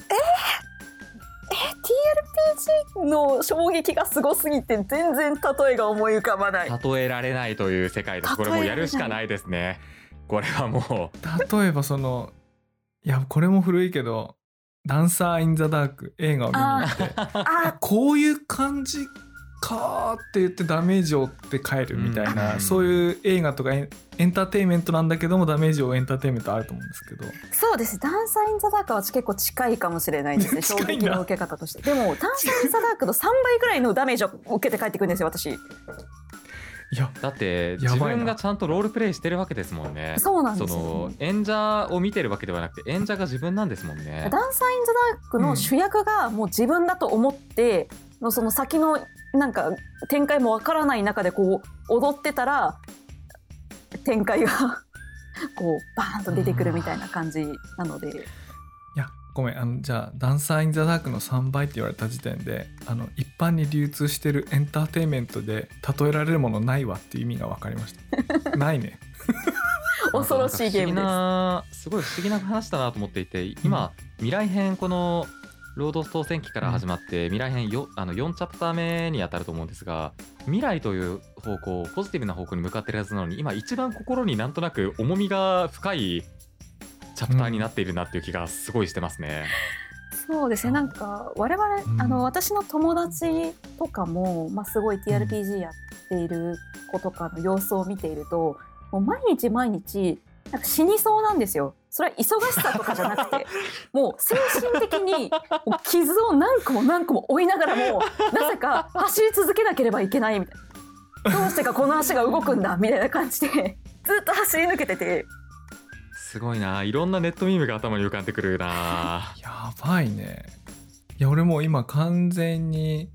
TRPG の衝撃がすごすぎて全然例えが思い浮かばない。 例えられないという世界です。これもうやるしかないですね。これはもう例えばいやこれも古いけどダンサー・イン・ザ・ダーク映画を見に行ってこういう感じかって言ってダメージを負って帰るみたいな、そういう映画とかエンターテインメントなんだけどもダメージをエンターテインメントあると思うんですけど。 そうです。ダンサー・イン・ザ・ダークは結構近いかもしれないですね。衝撃の受け方として。でもダンサー・イン・ザ・ダークの3倍ぐらいのダメージを受けて帰ってくるんですよ私。いやだって自分がちゃんとロールプレイしてるわけですもんね。 そうなんですよ、ね、 その演者を見てるわけではなくて演者が自分なんですもんね。 ダンサー・イン・ザ・ダークの主役がもう自分だと思って、その先のなんか展開もわからない中でこう踊ってたら展開がこうバーンと出てくるみたいな感じなので。 いやごめんじゃあダンサー・イン・ザ・ダークの3倍って言われた時点で一般に流通してるエンターテインメントで例えられるものないわっていう意味が分かりましたないね恐ろしいゲームです。すごい不思議な話だなと思っていて、今、未来編このロード当選期から始まって、未来編4チャプター目に当たると思うんですが、未来という方向ポジティブな方向に向かってるはずなのに今一番心になんとなく重みが深いチャプターになっているなっていう気がすごいしてますね。 そうですね。なんか我々、私の友達とかも、すごい TRPG やっている子とかの様子を見ていると、もう毎日毎日なんか死にそうなんですよ。それは忙しさとかじゃなくてもう精神的に傷を何個も何個も負いながらもなぜか走り続けなければいけないみたいな、どうしてかこの足が動くんだみたいな感じでずっと走り抜けてて、 すごいな。いろんなネットミームが頭に浮かんでくるな。 やばいね。いや俺もう今完全に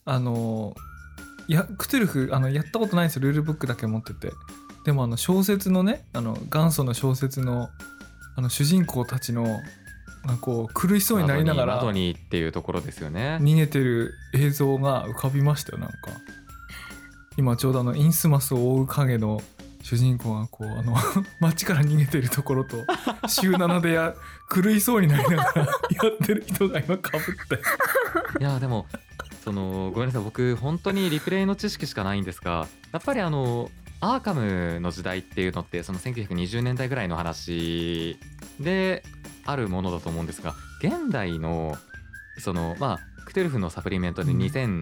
クトゥルフやったことないんですよ。ルールブックだけ持ってて。でも小説のね元祖の小説の主人公たちのこう苦しそうになりながら窓にっていうところですよね。 逃げてる映像が浮かびましたよ。なんか今ちょうどインスマスを追う影の主人公がこう街から逃げてるところと週7で狂いそうになりながらやってる人が今かぶっていやでもごめんなさい、僕本当にリプレイの知識しかないんですが、やっぱりアーカムの時代っていうのってその1920年代ぐらいの話であるものだと思うんですが、現代のクトゥルフのサプリメントで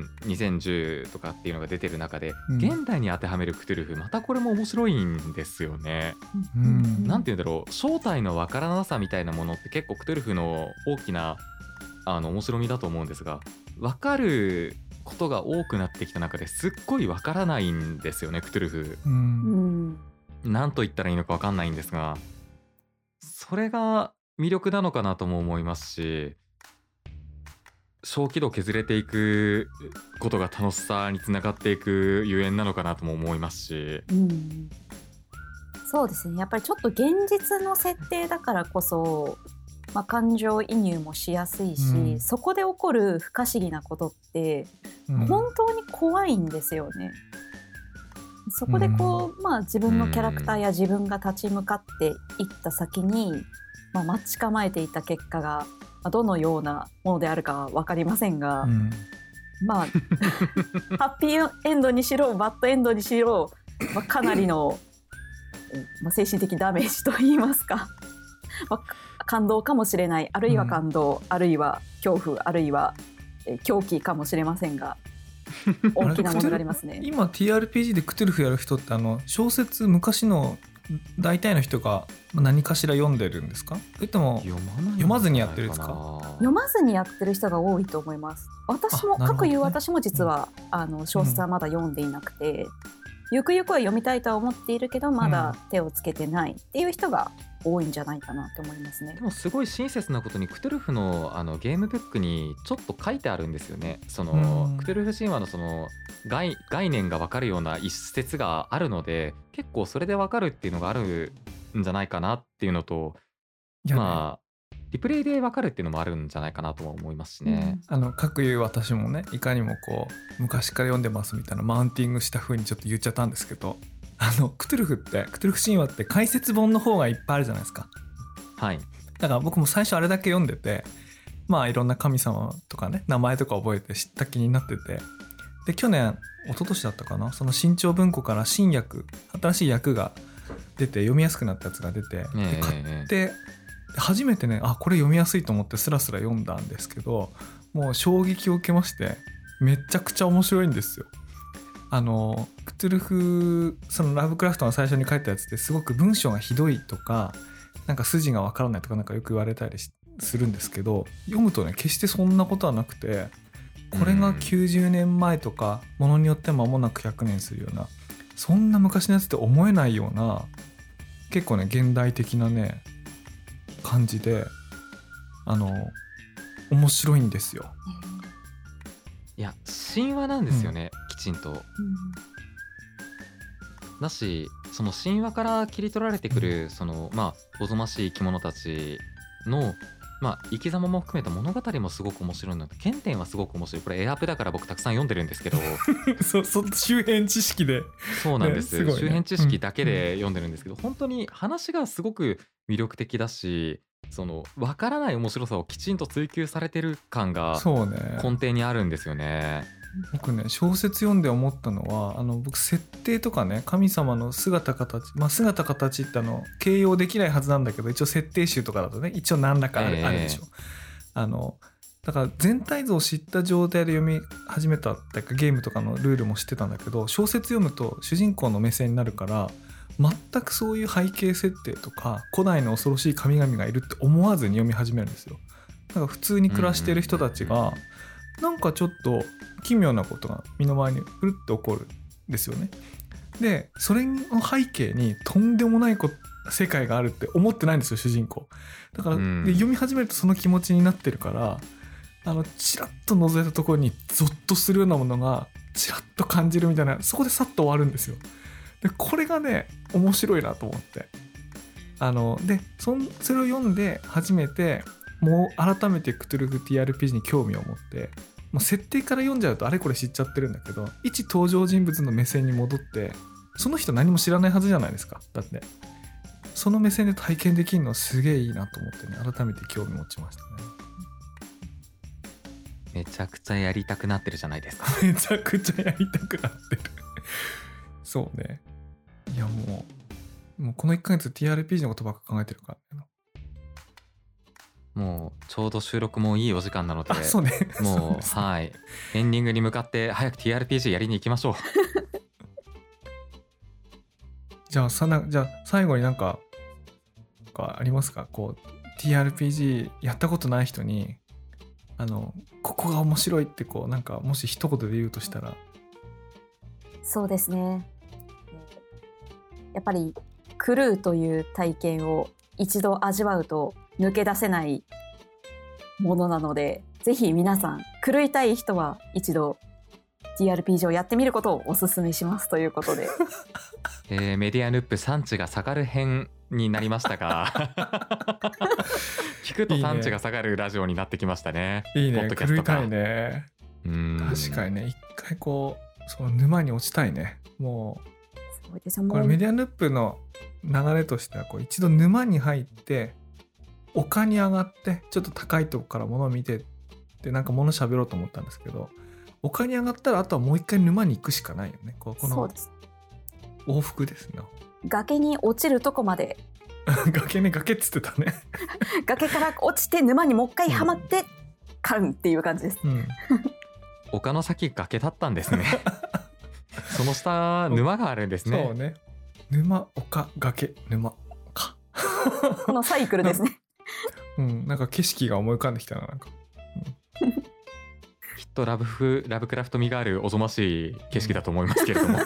2010とかっていうのが出てる中で、現代に当てはめるクトゥルフ、またこれも面白いんですよね。なんていうんだろう、正体のわからなさみたいなものって結構クトゥルフの大きな面白みだと思うんですが、わかることが多くなってきた中ですっごいわからないんですよね、クトゥルフ。なんと言ったらいいのかわかんないんですが、それが魅力なのかなとも思いますし、小気度削れていくことが楽しさにつながっていくゆえんなのかなとも思いますし、 そうですね、やっぱりちょっと現実の設定だからこそ、感情移入もしやすいし、そこで起こる不可思議なことって本当に怖いんですよね。そこで自分のキャラクターや自分が立ち向かっていった先に、待ち構えていた結果がどのようなものであるかは分かりませんが、ハッピーエンドにしろバッドエンドにしろ、かなりの、精神的ダメージといいますか、感動かもしれない、あるいは感動、あるいは恐怖、あるいは狂気かもしれませんが、大きなものがありますね。 今 TRPG でクトゥルフやる人って小説昔の大体の人が何かしら読んでるんですか？それとも読まずにやってるんですか？ 読まずにやってる人が多いと思います。私も、各言う私も実は、小説はまだ読んでいなくて、ゆくゆくは読みたいとは思っているけどまだ手をつけてないっていう人が多いんじゃないかなと思いますね。 でもすごい親切なことにクトゥルフのゲームブックにちょっと書いてあるんですよね。クトゥルフ神話の概念が分かるような一節があるので、結構それで分かるっていうのがあるんじゃないかなっていうのと、リプレイで分かるっていうのもあるんじゃないかなとも思いますしね。 各言う私もね、いかにも昔から読んでますみたいなマウンティングした風にちょっと言っちゃったんですけど、クトゥルフ神話って解説本の方がいっぱいあるじゃないですか。 はい。 だから僕も最初あれだけ読んでて、いろんな神様とかね、名前とか覚えて知った気になってて、で去年一昨年だったかな、その新潮文庫から新訳、新しい訳が出て読みやすくなったやつが出て、で買って初めてね、これ読みやすいと思ってスラスラ読んだんですけど、もう衝撃を受けまして、めちゃくちゃ面白いんですよ。クトゥルフ、そのラブクラフトが最初に書いたやつってすごく文章がひどいとか、なんか筋がわからないとかなんかよく言われたりするんですけど、読むとね、決してそんなことはなくて、これが90年前とか、ものによって間もなく100年するような、そんな昔のやつって思えないような、結構ね現代的なね感じで面白いんですよ。 いや神話なんですよね、きちんと。だし、その神話から切り取られてくるおぞましい生き物たちの生き様も含めた物語もすごく面白いので、原点はすごく面白い。これエアプだから僕たくさん読んでるんですけど周辺知識で。 そうなんです、ね、周辺知識だけで読んでるんですけど、本当に話がすごく魅力的だし、分からない面白さをきちんと追求されてる感が根底にあるんですよね。 僕ね、小説読んで思ったのは、僕設定とかね、神様の姿形、姿形って形容できないはずなんだけど、一応設定集とかだとね、一応何らかあるでしょ。だから全体像を知った状態で読み始めたっていうか、ゲームとかのルールも知ってたんだけど、小説読むと主人公の目線になるから、全くそういう背景設定とか古代の恐ろしい神々がいるって思わずに読み始めるんですよ。だから普通に暮らしてる人たちが、なんかちょっと奇妙なことが身の回りにふるって起こるんですよね。でそれの背景にとんでもない世界があるって思ってないんですよ、主人公だから。で読み始めるとその気持ちになってるから、 チラッと覗いたところにゾッとするようなものがチラッと感じるみたいな、そこでさっと終わるんですよ。でこれがね面白いなと思って、でそれを読んで初めてもう改めてクトゥルフ TRPG に興味を持って、もう設定から読んじゃうとあれこれ知っちゃってるんだけど、一登場人物の目線に戻って、その人何も知らないはずじゃないですか。だってその目線で体験できるのすげえいいなと思ってね、改めて興味持ちましたね。 めちゃくちゃやりたくなってるじゃないですか。 めちゃくちゃやりたくなってるそうね。いやもうこの1ヶ月 TRPG のことばっか考えてるからね。 もうちょうど収録もいいお時間なので、 そうねもうはいエンディングに向かって早く TRPG やりに行きましょう。 じゃあ最後になんかありますか？こう TRPG やったことない人にここが面白いってなんかもし一言で言うとしたら。 そうですね、やっぱりクルーという体験を一度味わうと抜け出せないものなので、ぜひ皆さん狂いたい人は一度 TRPG をやってみることをお勧めしますということでメディアヌップ産地が下がる編になりましたが聞くと産地が下がるラジオになってきましたね。 いいね、 ポッドキャストが狂いたいね。確かにね、一回その沼に落ちたいね。もうすごいですよ。 これメディアヌップの流れとしては一度沼に入って丘に上がってちょっと高いとこから物を見てでなんか物喋ろうと思ったんですけど、丘に上がったらあとはもう一回沼に行くしかないよね。この往復ですね。 崖に落ちるとこまで崖っつってたね崖から落ちて沼にもう一回はまって狩るっていう感じです、 丘の先崖だったんですねその下沼があるんですね。 そうね、沼丘崖沼かこのサイクルですねなんか景色が思い浮かんできたな。なんか、 きっとラブクラフト味があるおぞましい景色だと思いますけれども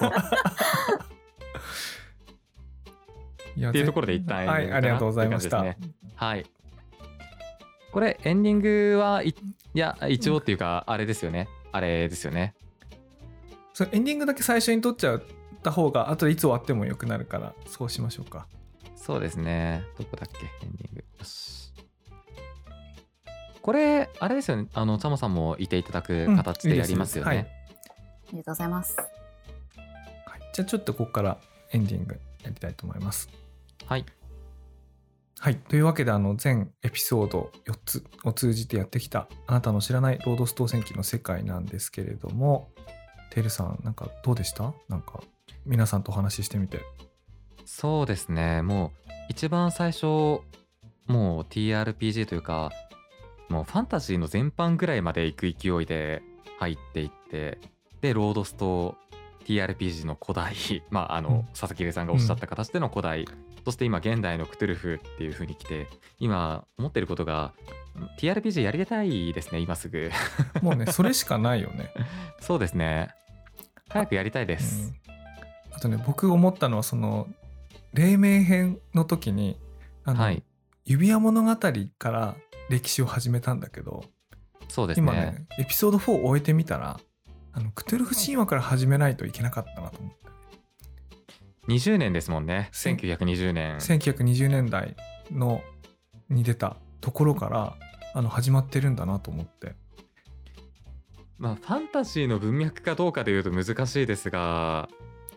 っていうところで一旦、 はい、ありがとうございました。 はい。これエンディングはいや一応っていうかあれですよね。あれですよね。 それエンディングだけ最初に撮っちゃった方が後でいつ終わってもよくなるから、そうしましょうか。 そうですね。どこだっけエンディング。よし。これあれですよね。チャモさんもいていただく形でやりますよね。 はい、 ありがとうございます。 はい、じゃあちょっとここからエンディングやりたいと思います。 はいはい、というわけで全エピソード4つを通じてやってきたあなたの知らないロードストー戦記の世界なんですけれども、テルさんなんかどうでした？なんか皆さんとお話ししてみて。 そうですね、もう一番最初もう TRPG というかもうファンタジーの全般ぐらいまで行く勢いで入っていって、でロードスト TRPG の古代佐々木玲さんがおっしゃった形での古代、そして今現代のクトゥルフっていう風に来て、今思ってることが TRPG やりたいですね。今すぐもうねそれしかないよねそうですね、早くやりたいです。 あとね、僕思ったのはその黎明編の時にはい、 指輪物語から歴史を始めたんだけど、 そうですね、 今ねエピソード4を終えてみたらクトゥルフ神話から始めないといけなかったなと思って。 20年ですもんね。1920 年代に出たところから始まってるんだなと思って。 ファンタジーの文脈かどうかでいうと難しいですが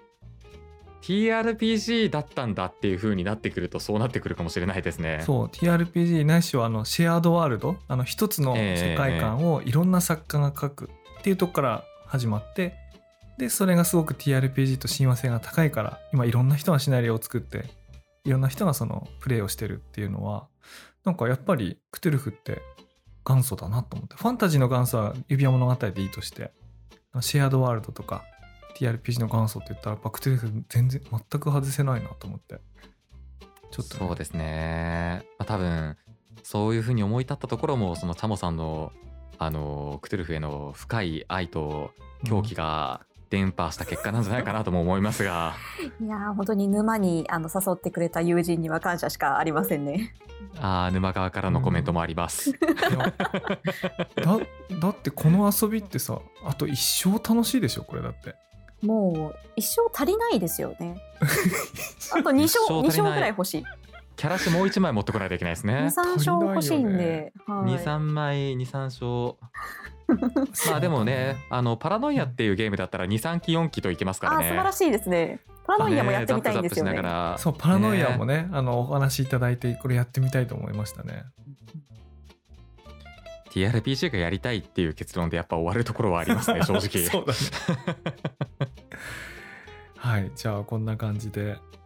TRPG だったんだっていう風になってくるとそうなってくるかもしれないですね。 そう TRPG ないしはシェアードワールド一つの世界観をいろんな作家が書くっていうとこから始まって、でそれがすごく TRPG と親和性が高いから今いろんな人がシナリオを作っていろんな人がそのプレイをしてるっていうのはなんかやっぱりクトゥルフって元祖だなと思って。ファンタジーの元祖は指輪物語でいいとして、シェアードワールドとか TRPG の元祖って言ったらやっぱクトゥルフ全然全く外せないなと思って。ちょっと、 そうですね、多分そういう風に思い立ったところもそのチャモさんのクトゥルフへの深い愛と狂気が伝播した結果なんじゃないかなとも思いますがいやー本当に沼に誘ってくれた友人には感謝しかありませんね。 沼側からのコメントもあります、 いやだってこの遊びってさ、あと一生楽しいでしょこれ。だってもう一生足りないですよね。あと2 一生足りない勝ぐらい欲しい。 キャラシもう1枚持ってこないといけないですね。 2、3勝欲しいんで、はい、 2、3枚2、3勝まあでもね、パラノイアっていうゲームだったら2、3期4期といけますからね。 素晴らしいですね。パラノイアもやってみたいんですよね。 ザップザップしながらそう、パラノイアもね、お話いただいてこれやってみたいと思いましたね。 TRPG がやりたいっていう結論でやっぱ終わるところはありますね正直そうだねはい、じゃあこんな感じ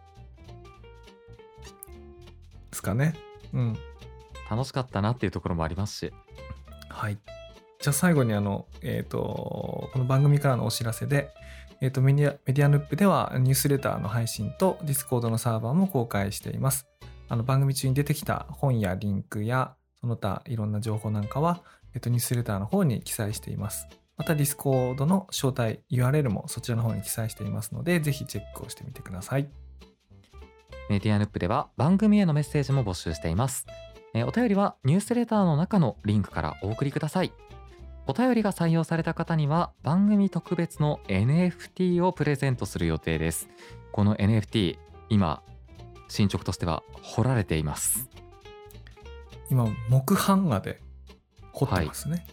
ですかね。 楽しかったなっていうところもありますし、 はい。じゃあ最後にこの番組からのお知らせで、メディアヌップではニュースレターの配信とディスコードのサーバーも公開しています。番組中に出てきた本やリンクやその他いろんな情報なんかは、ニュースレターの方に記載しています。またディスコードの招待 URL もそちらの方に記載していますので、ぜひチェックをしてみてください。 メディアヌップでは番組へのメッセージも募集しています。お便りはニュースレターの中のリンクからお送りください。お便りが採用された方には番組特別の NFT をプレゼントする予定です。この NFT 今進捗としては彫られています。 今木版画で彫ってますね、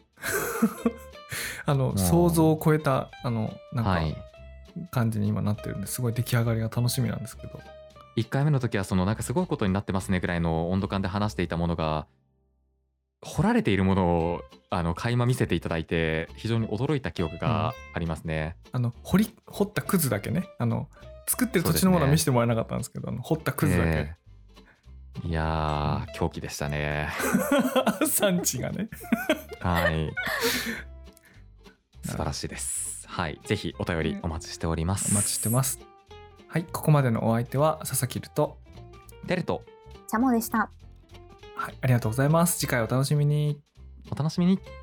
想像を超えたなんか感じに今なってるんで、すごい出来上がりが楽しみなんですけど、 1回目の時はなんかすごいことになってますねぐらいの温度感で話していたものが、彫られているものを垣間見せていただいて非常に驚いた記憶がありますね。 掘ったクズだけね、作ってる土地のものは見せてもらえなかったんですけど、掘ったクズだけ、 いやー狂気でしたね産地がねはい素晴らしいです。はい、ぜひお便りお待ちしております。 お待ちしてます。はい、ここまでのお相手は佐々木るとテルとチャモでした。 はい、ありがとうございます。次回お楽しみに。 お楽しみに。